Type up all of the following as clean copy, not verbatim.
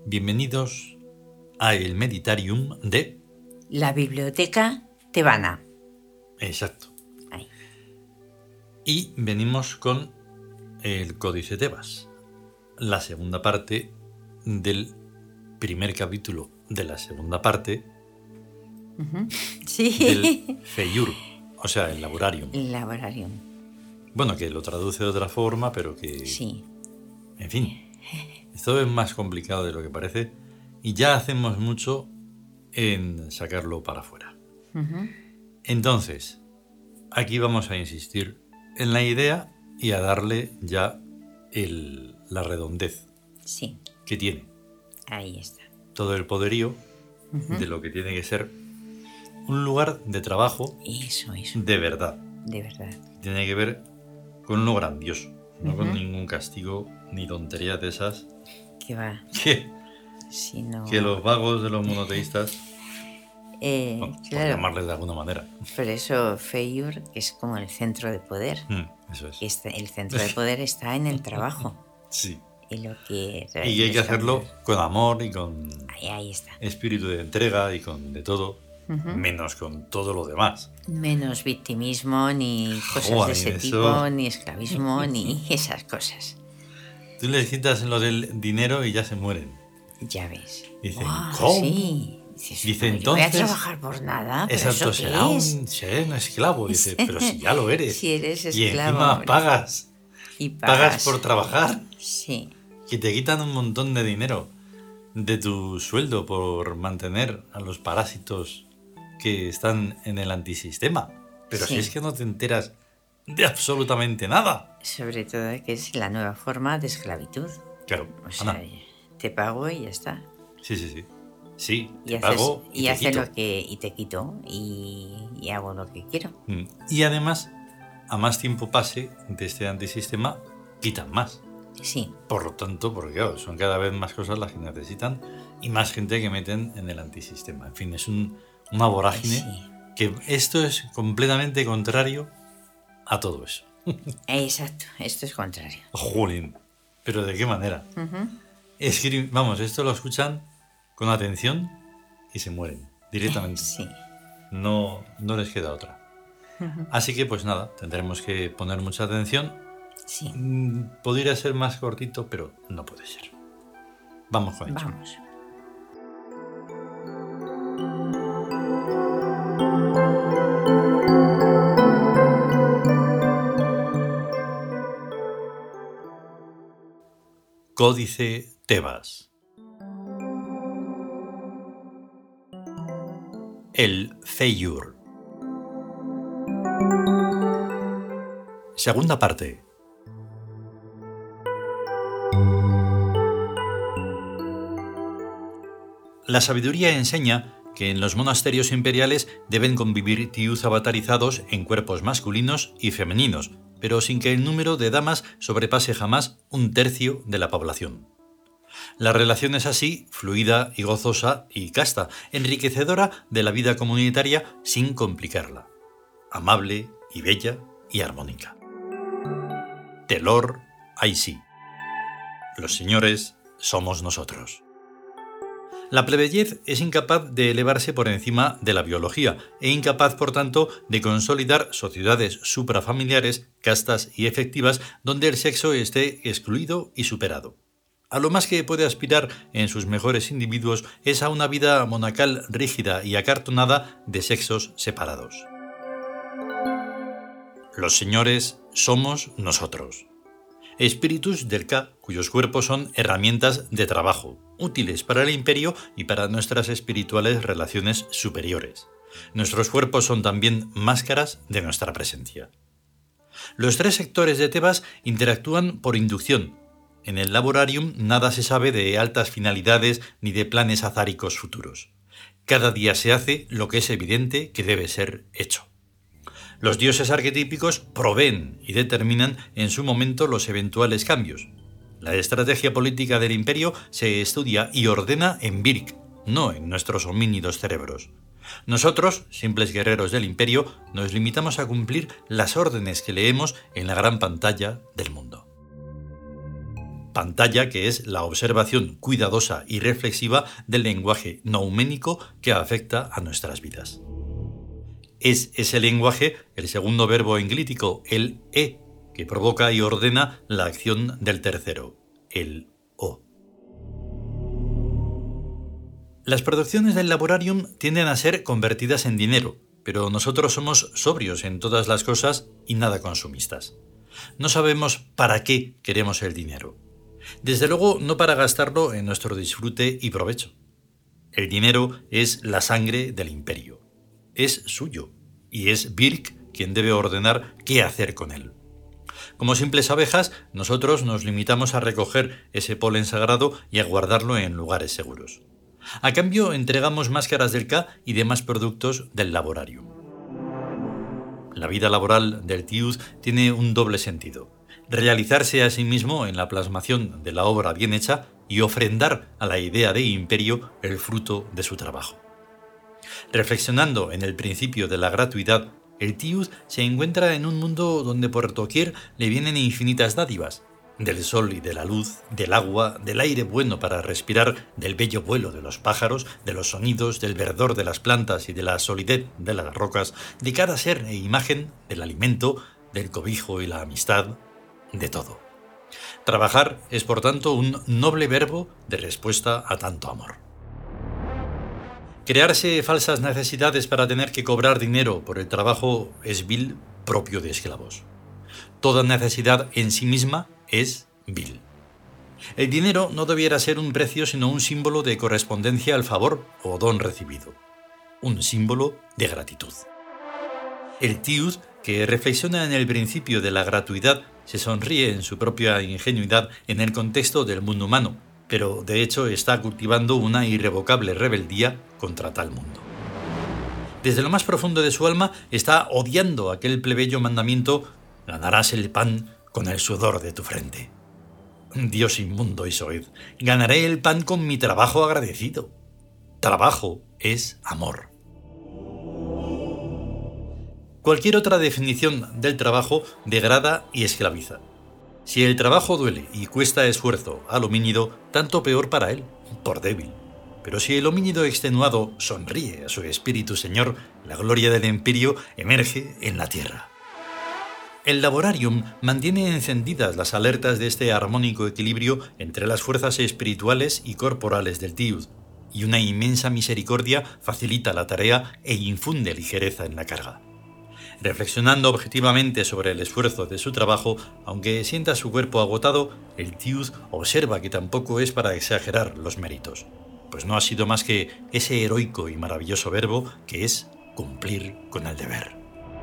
Bienvenidos a el Meditarium de... La Biblioteca Tebana. Exacto. Ahí. Y venimos con el Códice Tebas, la segunda parte del primer capítulo de la segunda parte Sí. del Feyur, o sea, el Laborarium. El Laborarium. Bueno, que lo traduce de otra forma, pero que... Sí. En fin, esto es más complicado de lo que parece y ya hacemos mucho en sacarlo para afuera. Entonces, aquí vamos a insistir en la idea y a darle ya la redondez Sí. que tiene. Ahí está. Todo el poderío de lo que tiene que ser un lugar de trabajo Eso. de verdad. De verdad. Tiene que ver con lo grandioso, no con ningún castigo ni tonterías de esas Que va. Si no... que los vagos de los monoteístas, por claro. llamarles de alguna manera. Por eso Feyur es como el centro de poder. Eso es. El centro de poder está en el trabajo. Sí. Y que hay que hacerlo con amor y con ahí está. espíritu de entrega y con de todo, menos con todo lo demás. Menos victimismo, ni cosas Joder, de ese eso... tipo, ni esclavismo, ni esas cosas. Tú les citas en lo del dinero y ya se mueren. Ya ves. Dicen, ¡Wow! ¿cómo? Sí. Dice, yo entonces... voy a trabajar por nada. Exacto, será un esclavo. Dice, pero si ya lo eres. Si eres esclavo. Y encima hombre. pagas. Y pagas por trabajar. Sí. Que te quitan un montón de dinero de tu sueldo por mantener a los parásitos que están en el antisistema. Pero Sí. si es que no te enteras de absolutamente nada. Sobre todo que es la nueva forma de esclavitud. Claro, O sea, Ana. te pago y ya está. Sí. Sí, Y te pago y te haces quito. y te quito y hago lo que quiero. Y además, a más tiempo pase de este antisistema, quitan más. Sí. Por lo tanto, porque claro, son cada vez más cosas las que necesitan y más gente que meten en el antisistema. En fin, es una vorágine Sí. que esto es completamente contrario a todo eso. Exacto, esto es contrario. Jolín, pero ¿de qué manera? Vamos, esto lo escuchan con atención y se mueren directamente. Sí. No les queda otra. Así que pues nada, tendremos que poner mucha atención. Sí. Podría ser más cortito, pero no puede ser. Vamos con ello. Vamos. Códice Tebas. El Feyur. Segunda parte. La sabiduría enseña que en los monasterios imperiales deben convivir tiúz avatarizados en cuerpos masculinos y femeninos, pero sin que el número de damas sobrepase jamás 1/3 de la población. La relación es así fluida y gozosa y casta, enriquecedora de la vida comunitaria sin complicarla, amable y bella y armónica. Telor, ahí sí. Los señores somos nosotros. La plebeyez es incapaz de elevarse por encima de la biología e incapaz, por tanto, de consolidar sociedades suprafamiliares, castas y efectivas donde el sexo esté excluido y superado. A lo más que puede aspirar en sus mejores individuos es a una vida monacal rígida y acartonada de sexos separados. Los señores somos nosotros. Espíritus del Ka, cuyos cuerpos son herramientas de trabajo, útiles para el imperio y para nuestras espirituales relaciones superiores. Nuestros cuerpos son también máscaras de nuestra presencia. Los 3 sectores de Tebas interactúan por inducción. En el Laborarium nada se sabe de altas finalidades ni de planes azáricos futuros. Cada día se hace lo que es evidente que debe ser hecho. Los dioses arquetípicos proveen y determinan en su momento los eventuales cambios. La estrategia política del imperio se estudia y ordena en Birk, no en nuestros homínidos cerebros. Nosotros, simples guerreros del imperio, nos limitamos a cumplir las órdenes que leemos en la gran pantalla del mundo. pantalla que es la observación cuidadosa y reflexiva del lenguaje nouménico que afecta a nuestras vidas. Es ese lenguaje el segundo verbo englítico, el e, que provoca y ordena la acción del tercero, el o. Las producciones del laborarium tienden a ser convertidas en dinero, pero nosotros somos sobrios en todas las cosas y nada consumistas. No sabemos para qué queremos el dinero. Desde luego no para gastarlo en nuestro disfrute y provecho. El dinero es la sangre del imperio. Es suyo, y es Birk quien debe ordenar qué hacer con él. Como simples abejas, nosotros nos limitamos a recoger ese polen sagrado y a guardarlo en lugares seguros. A cambio, entregamos máscaras del K y demás productos del laborarium. La vida laboral del Tiud tiene un doble sentido: realizarse a sí mismo en la plasmación de la obra bien hecha y ofrendar a la idea de imperio el fruto de su trabajo. Reflexionando en el principio de la gratuidad, el Tiud se encuentra en un mundo donde por doquier le vienen infinitas dádivas, del sol y de la luz, del agua, del aire bueno para respirar, del bello vuelo de los pájaros, de los sonidos, del verdor de las plantas y de la solidez de las rocas, de cada ser e imagen, del alimento, del cobijo y la amistad, de todo. Trabajar es, por tanto, un noble verbo de respuesta a tanto amor. Crearse falsas necesidades para tener que cobrar dinero por el trabajo es vil, propio de esclavos. Toda necesidad en sí misma es vil. El dinero no debiera ser un precio sino un símbolo de correspondencia al favor o don recibido. Un símbolo de gratitud. El Tiud, que reflexiona en el principio de la gratuidad, se sonríe en su propia ingenuidad en el contexto del mundo humano, pero de hecho está cultivando una irrevocable rebeldía contra tal mundo. Desde lo más profundo de su alma está odiando aquel plebeyo mandamiento: ganarás el pan con el sudor de tu frente. Dios inmundo y soez, ganaré el pan con mi trabajo agradecido. Trabajo es amor. Cualquier otra definición del trabajo degrada y esclaviza. Si el trabajo duele y cuesta esfuerzo al homínido, tanto peor para él, por débil. Pero si el homínido extenuado sonríe a su espíritu señor, la gloria del imperio emerge en la tierra. El laborarium mantiene encendidas las alertas de este armónico equilibrio entre las fuerzas espirituales y corporales del Tiud, y una inmensa misericordia facilita la tarea e infunde ligereza en la carga. Reflexionando objetivamente sobre el esfuerzo de su trabajo, aunque sienta su cuerpo agotado, el Tiud observa que tampoco es para exagerar los méritos, pues no ha sido más que ese heroico y maravilloso verbo que es cumplir con el deber.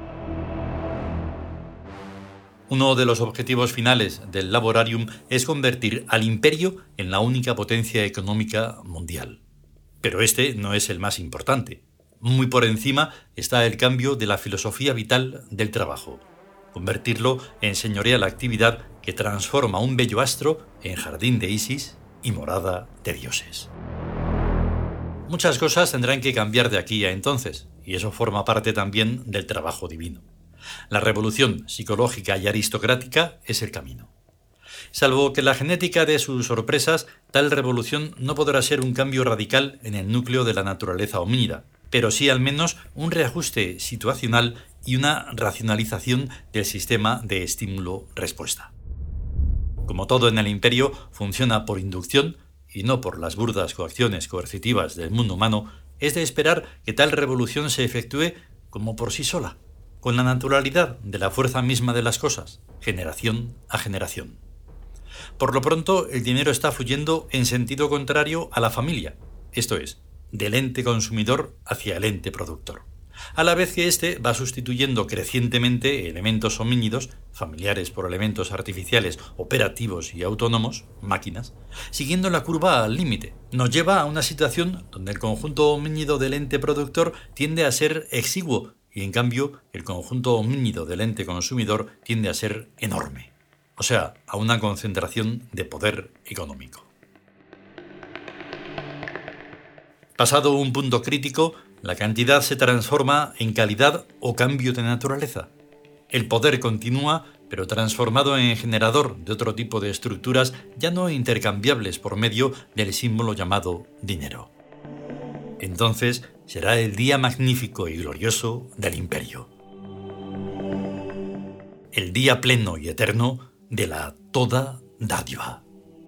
Uno de los objetivos finales del laborarium es convertir al imperio en la única potencia económica mundial. Pero este no es el más importante. Muy por encima está el cambio de la filosofía vital del trabajo, convertirlo en señorial actividad que transforma un bello astro en jardín de Isis y morada de dioses. Muchas cosas tendrán que cambiar de aquí a entonces, y eso forma parte también del trabajo divino. La revolución psicológica y aristocrática es el camino. Salvo que la genética dé sus sorpresas, tal revolución no podrá ser un cambio radical en el núcleo de la naturaleza homínida, pero sí al menos un reajuste situacional y una racionalización del sistema de estímulo-respuesta. Como todo en el imperio, funciona por inducción y no por las burdas coacciones coercitivas del mundo humano, es de esperar que tal revolución se efectúe como por sí sola, con la naturalidad de la fuerza misma de las cosas, generación a generación. Por lo pronto, el dinero está fluyendo en sentido contrario a la familia, esto es, del ente consumidor hacia el ente productor, a la vez que éste va sustituyendo crecientemente elementos homínidos, familiares por elementos artificiales, operativos y autónomos, máquinas, siguiendo la curva al límite. Nos lleva a una situación donde el conjunto homínido del ente productor tiende a ser exiguo y en cambio el conjunto homínido del ente consumidor tiende a ser enorme, o sea, a una concentración de poder económico. Pasado un punto crítico, la cantidad se transforma en calidad o cambio de naturaleza. El poder continúa pero transformado en generador de otro tipo de estructuras ya no intercambiables por medio del símbolo llamado dinero. Entonces será el día magnífico y glorioso del imperio. El día pleno y eterno de la toda dádiva.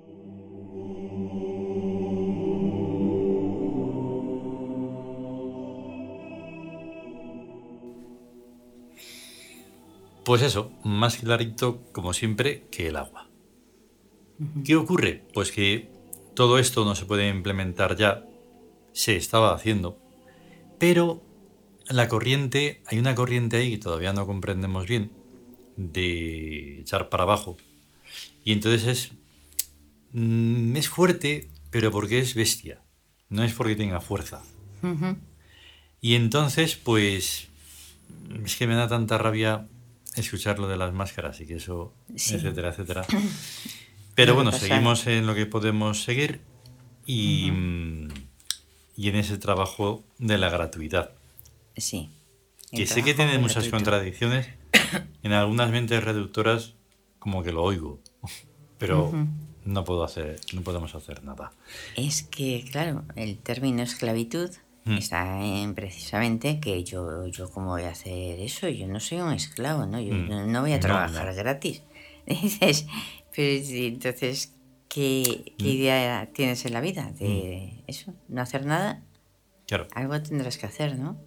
Pues eso, más clarito como siempre que el agua. ¿Qué ocurre? Pues que todo esto no se puede implementar ya, se estaba haciendo, pero hay una corriente ahí que todavía no comprendemos bien, de echar para abajo, y entonces es fuerte, pero porque es bestia, no es porque tenga fuerza. Y entonces, pues, es que me da tanta rabia escuchar lo de las máscaras y que eso, sí, etcétera, etcétera. Pero bueno, seguimos en lo que podemos seguir y en ese trabajo de la gratuidad. Sí. Que sé que tiene muchas contradicciones, en algunas mentes reductoras como que lo oigo, pero no podemos hacer nada. Es que, claro, el término esclavitud está en precisamente que yo cómo voy a hacer eso, yo no soy un esclavo, ¿no? Yo no voy a trabajar gratis. Dices, pero entonces, ¿qué idea tienes en la vida de eso? ¿No hacer nada? Claro. Algo tendrás que hacer, ¿no?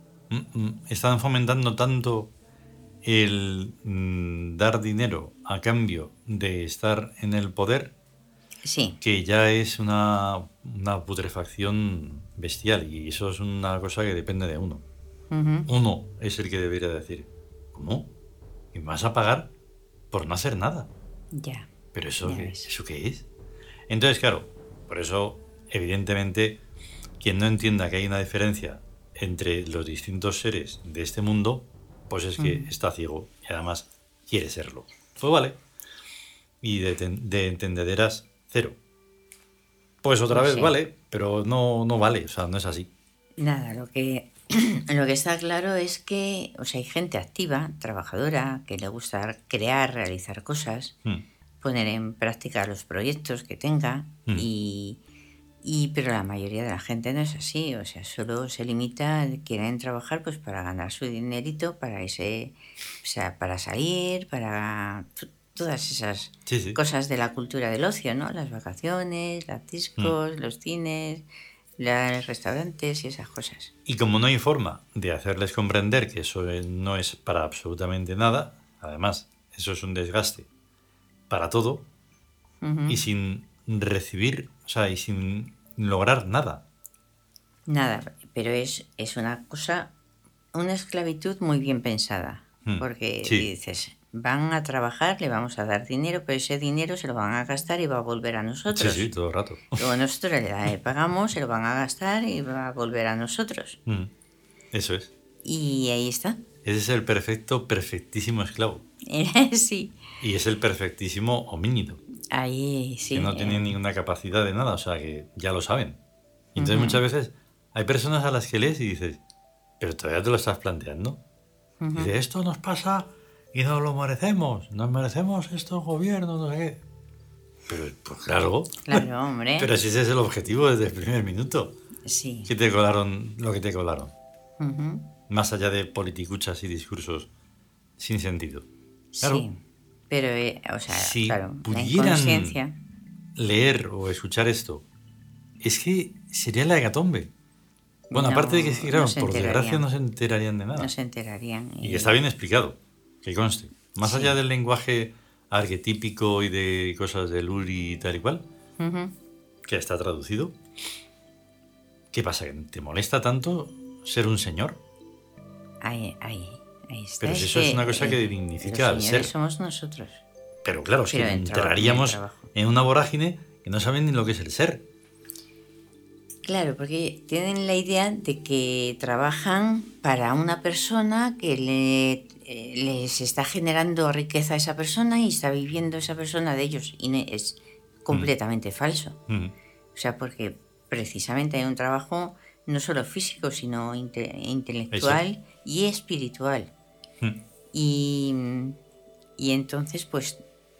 Están fomentando tanto el dar dinero a cambio de estar en el poder, sí, que ya es una putrefacción bestial, y eso es una cosa que depende de uno. Uno es el que debería decir, ¿cómo? ¿Y me vas a pagar por no hacer nada? Ya. ¿Pero eso qué es? Entonces, claro, por eso, evidentemente, quien no entienda que hay una diferencia entre los distintos seres de este mundo, pues es que está ciego y además quiere serlo. Pues vale. Y de entendederas, cero. Pues otra vez vale, pero no vale, o sea, no es así. Nada, lo que está claro es que, o sea, hay gente activa, trabajadora, que le gusta crear, realizar cosas, poner en práctica los proyectos que tenga pero la mayoría de la gente no es así, o sea, solo se limita, quieren trabajar pues para ganar su dinerito, para irse, o sea, para salir, para todas esas cosas de la cultura del ocio, ¿no? Las vacaciones, las discos, los cines, los restaurantes y esas cosas. Y como no hay forma de hacerles comprender que eso no es para absolutamente nada, además, eso es un desgaste para todo, y sin recibir, o sea, y sin lograr nada. Nada, pero es una cosa, una esclavitud muy bien pensada, porque dices, van a trabajar, le vamos a dar dinero, pero ese dinero se lo van a gastar y va a volver a nosotros. Sí, todo el rato. Luego nosotros le pagamos, se lo van a gastar y va a volver a nosotros. Eso es. Y ahí está. Ese es el perfectísimo esclavo. Sí. Y es el perfectísimo homínido. Ahí sí. Que no tienen ninguna capacidad de nada, o sea, que ya lo saben. Y entonces muchas veces hay personas a las que lees y dices, pero todavía te lo estás planteando. Dices, esto nos pasa y nos lo merecemos. Nos merecemos estos gobiernos, no sé qué. Pero, pues claro. Claro, hombre. Pero si ese es el objetivo desde el primer minuto. Sí. Que te colaron lo que te colaron. Más allá de politicuchas y discursos sin sentido. Claro. Sí. Pero, o sea, si claro, pudieran la inconsciencia. Leer o escuchar esto, es que sería la hecatombe. Bueno, aparte de que, claro, por desgracia no se enterarían de nada. No se enterarían. Y está bien explicado, que conste. Más allá del lenguaje arquetípico y de cosas del URI y tal y cual, que está traducido. ¿Qué pasa? ¿Te molesta tanto ser un señor? Ahí está. Pero si eso es una cosa que dignifica al ser. Somos nosotros. Pero claro, si entraríamos en una vorágine que no saben ni lo que es el ser. Claro, porque tienen la idea de que trabajan para una persona que les está generando riqueza a esa persona y está viviendo esa persona de ellos. Y es completamente falso. O sea, porque precisamente hay un trabajo no solo físico, sino intelectual y espiritual. Y Y entonces, pues,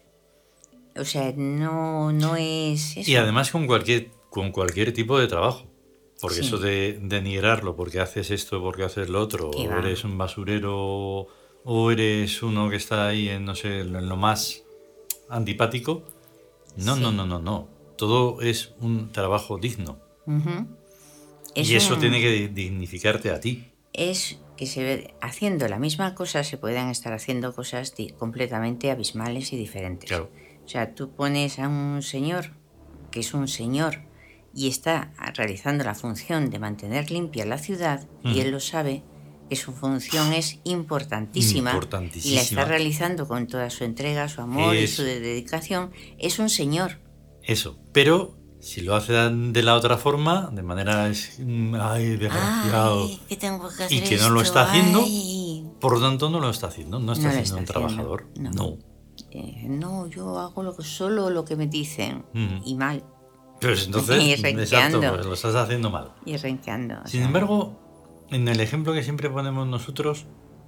o sea, no es eso. Y además con cualquier tipo de trabajo. Porque Sí. eso de denigrarlo, porque haces esto, porque haces lo otro, ¿Qué o va? eres un basurero, o eres uno que está ahí en, no sé, en lo más antipático. No, Sí. no. Todo es un trabajo digno. Ujú. Y eso tiene que dignificarte a ti. Es que haciendo la misma cosa se pueden estar haciendo cosas completamente abismales y diferentes. Claro. O sea, tú pones a un señor que es un señor y está realizando la función de mantener limpia la ciudad y él lo sabe, que su función es importantísima y la está realizando con toda su entrega, su amor y su dedicación. Es un señor. Eso, pero si lo hace de la otra forma, de manera desgraciado, que tengo que hacer y que no lo está haciendo, ay. por lo tanto no lo está haciendo, no está siendo un haciendo, trabajador. No. No, yo hago solo lo que me dicen y mal. Pues entonces, Y exacto, pues lo estás haciendo mal. Y renqueando. Sin embargo, en el ejemplo que siempre ponemos nosotros,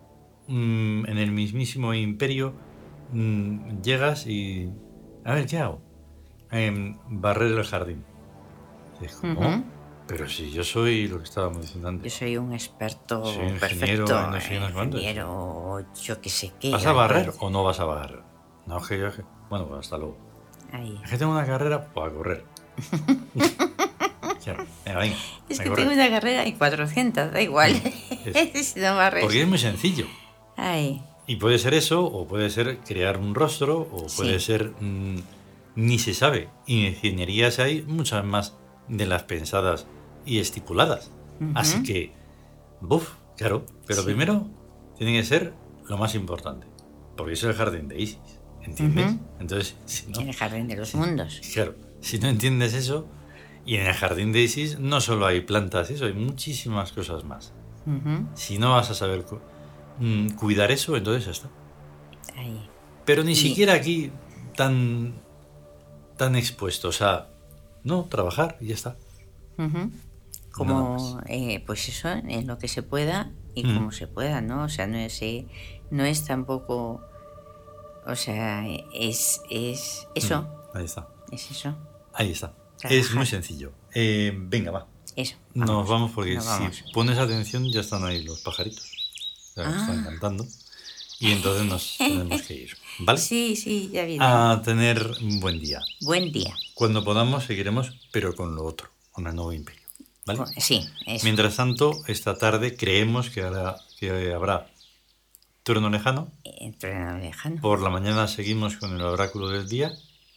en el mismísimo imperio, llegas y... A ver, ¿qué hago? Barrer el jardín. ¿Cómo? Pero si yo soy lo que estábamos diciendo antes. Yo soy un experto soy ingeniero, perfecto. No sé, Ingeniero, yo qué sé qué. ¿Vas a barrer o no vas a barrer? No, es que yo... Bueno, pues hasta luego. Ahí. Es que tengo una carrera para correr. Claro, venga, es que tengo una carrera y 400, da igual. Si no barres. Porque es muy sencillo. Ay. Y puede ser eso, o puede ser crear un rostro, o puede ser... ni se sabe. Y en ingenierías hay muchas más de las pensadas y estipuladas. Así que, claro. Pero primero tiene que ser lo más importante. Porque es el jardín de Isis. ¿Entiendes? Entonces, si no, en el jardín de los mundos. Claro, si no entiendes eso, y en el jardín de Isis no solo hay plantas, eso, hay muchísimas cosas más. Si no vas a saber cuidar eso, entonces ya está. Ahí. Pero ni siquiera aquí tan expuesto, o sea, no, trabajar y ya está. Como, pues eso, en lo que se pueda y como se pueda, ¿no? O sea, no es tampoco... O sea, es eso. Ahí está. Es eso. Ahí está. Trabajar. Es muy sencillo. Venga, va. Eso. Nos vamos porque si pones atención ya están ahí los pajaritos. Ya están cantando. Y entonces nos tenemos que ir. ¿Vale? Sí, ya viene. A tener un buen día. Buen día. Cuando podamos seguiremos, pero con lo otro, con el nuevo imperio. ¿Vale? Sí, eso. Mientras tanto, esta tarde creemos que habrá turno lejano. Turno lejano. Por la mañana seguimos con el oráculo del día.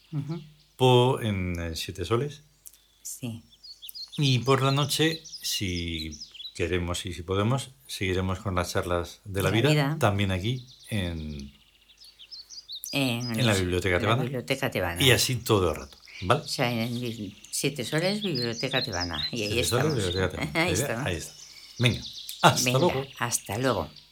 En 7 soles. Sí. Y por la noche, si queremos y si podemos, seguiremos con las charlas de la vida. También aquí en la Biblioteca Tebana. Y así todo el rato. ¿Vale? O sea, en 7 soles, Biblioteca Tebana. Y ahí estamos. Ahí está. Venga, hasta luego. Hasta luego.